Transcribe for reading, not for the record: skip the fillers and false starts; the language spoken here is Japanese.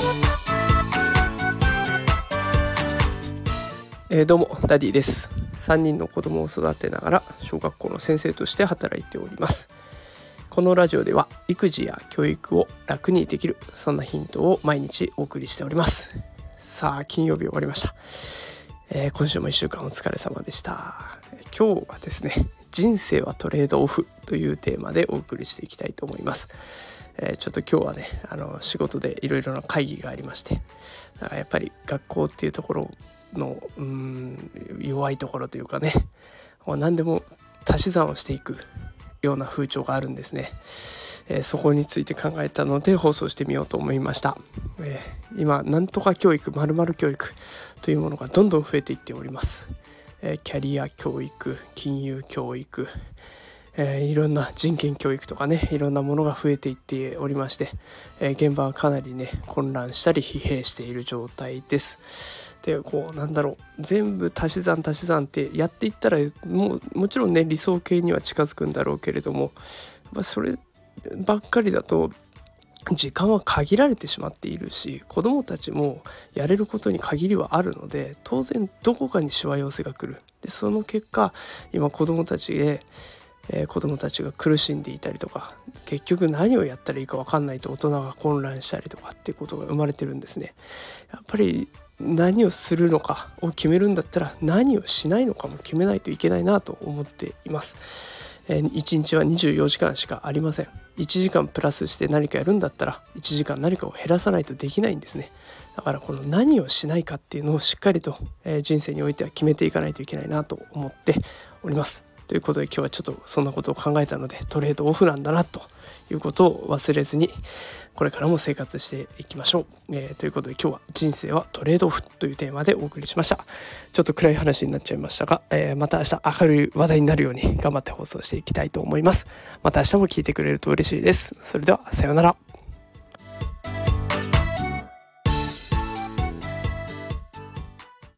どうもダディです。3人の子供を育てながら小学校の先生として働いております。このラジオでは育児や教育を楽にできる、そんなヒントを毎日お送りしております。さあ、金曜日終わりました。今週も1週間お疲れ様でした。今日はですね、人生はトレードオフというテーマでお送りしていきたいと思います。ちょっと今日はね、仕事でいろいろな会議がありまして、やっぱり学校っていうところの弱いところというかね、何でも足し算をしていくような風潮があるんですね。そこについて考えたので放送してみようと思いました。今なんとか教育、〇〇教育というものがどんどん増えていっております。キャリア教育、金融教育、いろんな人権教育とかね、いろんなものが増えていっておりまして、現場はかなりね混乱したり疲弊している状態です。で、全部足し算ってやっていったらもちろんね理想形には近づくんだろうけれども、そればっかりだと時間は限られてしまっているし、子どもたちもやれることに限りはあるので、当然どこかにしわ寄せが来る。でその結果今子どもたちが苦しんでいたりとか、結局何をやったらいいか分かんないと大人が混乱したりとかっていうことが生まれてるんですね。やっぱり何をするのかを決めるんだったら何をしないのかも決めないといけないなと思っています。1日は24時間しかありません。1時間プラスして何かやるんだったら1時間何かを減らさないとできないんですね。だからこの何をしないかっていうのをしっかりと、人生においては決めていかないといけないなと思っております。ということで今日はちょっとそんなことを考えたので、トレードオフなんだなということを忘れずにこれからも生活していきましょう。ということで今日は人生はトレードオフというテーマでお送りしました。ちょっと暗い話になっちゃいましたが、また明日明るい話題になるように頑張って放送していきたいと思います。また明日も聞いてくれると嬉しいです。それではさようなら。